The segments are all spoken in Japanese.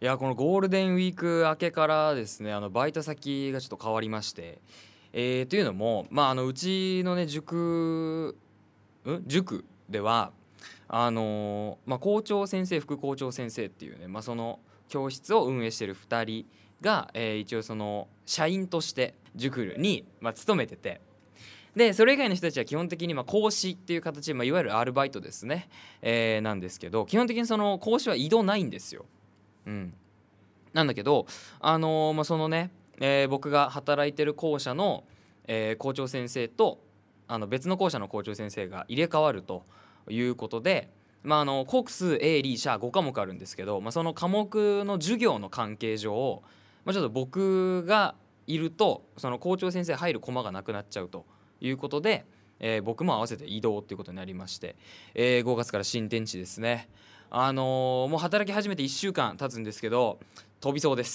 や、このゴールデンウィーク明けからですね、バイト先がちょっと変わりまして、というのも、うちのね、塾では、校長先生、副校長先生っていうね、その教室を運営してる2人が、一応その社員として塾に、勤めてて、でそれ以外の人たちは基本的に講師っていう形で、いわゆるアルバイトですね、なんですけど、基本的にその講師は移動ないんですよ。うん、なんだけど、そのね、僕が働いてる校舎の、校長先生と別の校舎の校長先生が入れ替わるということで、国数英理社5科目あるんですけど、その科目の授業の関係上、ちょっと僕がいるとその校長先生入る駒がなくなっちゃうということで、僕も合わせて移動っていうことになりまして、5月から新天地ですね。もう働き始めて1週間経つんですけど、飛びそうです。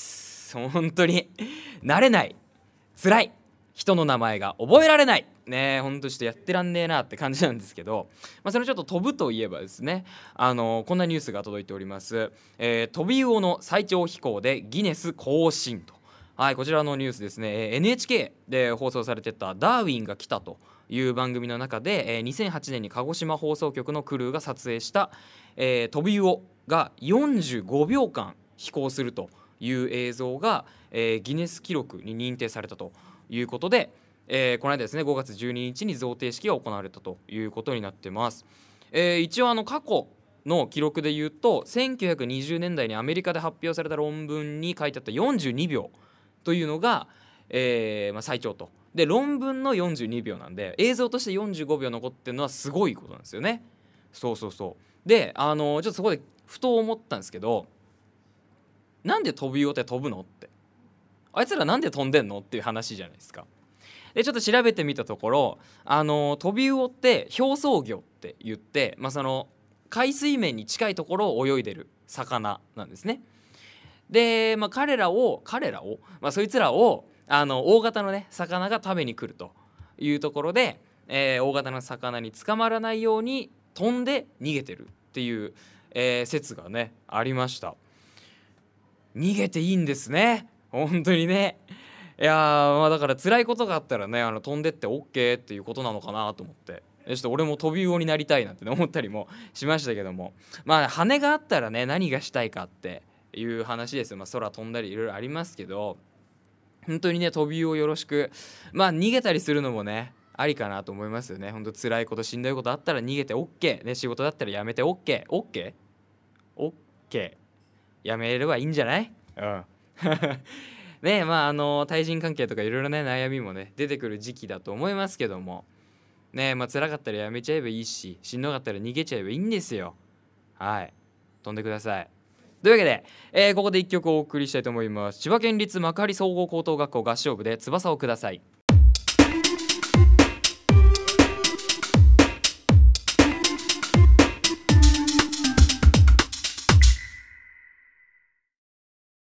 本当に慣れない、辛い、人の名前が覚えられないね。ほんとちょっとやってらんねえなって感じなんですけど、それちょっと飛ぶといえばですね、こんなニュースが届いております。飛び魚の最長飛行でギネス更新と。はい、こちらのニュースですね、NHK で放送されてたダーウィンが来たという番組の中で、2008年に鹿児島放送局のクルーが撮影した、飛び魚が45秒間飛行するという映像が、ギネス記録に認定されたということで、この間ですね、5月12日に贈呈式が行われたということになってます。一応過去の記録で言うと、1920年代にアメリカで発表された論文に書いてあった42秒というのが、最長と。で論文の42秒なんで、映像として45秒残ってるのはすごいことなんですよね。そうそうそう。でちょっとそこでふと思ったんですけど、なんで飛び魚って飛ぶのって、あいつらなんで飛んでんのっていう話じゃないですか。でちょっと調べてみたところ、飛び魚って表層魚って言って、その海水面に近いところを泳いでる魚なんですね。で、そいつらを大型のね魚が食べに来るというところで、大型の魚に捕まらないように飛んで逃げてるっていう、説がねありました。逃げていいんですね、本当にね。いやだから辛いことがあったらね、飛んでって OK っていうことなのかなと思って、ちょっと俺も飛び魚になりたいなんて、ね、思ったりもしましたけども、羽があったらね何がしたいかっていう話ですよ。空飛んだりいろいろありますけど、本当にね飛び魚よろしく。逃げたりするのもねありかなと思いますよね。本当辛いことしんどいことあったら逃げて OK ね、仕事だったらやめて OK やめればいいんじゃない？うんね、対人関係とかいろいろね悩みもね出てくる時期だと思いますけどもね、辛かったらやめちゃえばいいし、しんどかったら逃げちゃえばいいんですよ。はい、飛んでください。というわけで、ここで一曲お送りしたいと思います。千葉県立幕張総合高等学校合唱部で翼をください。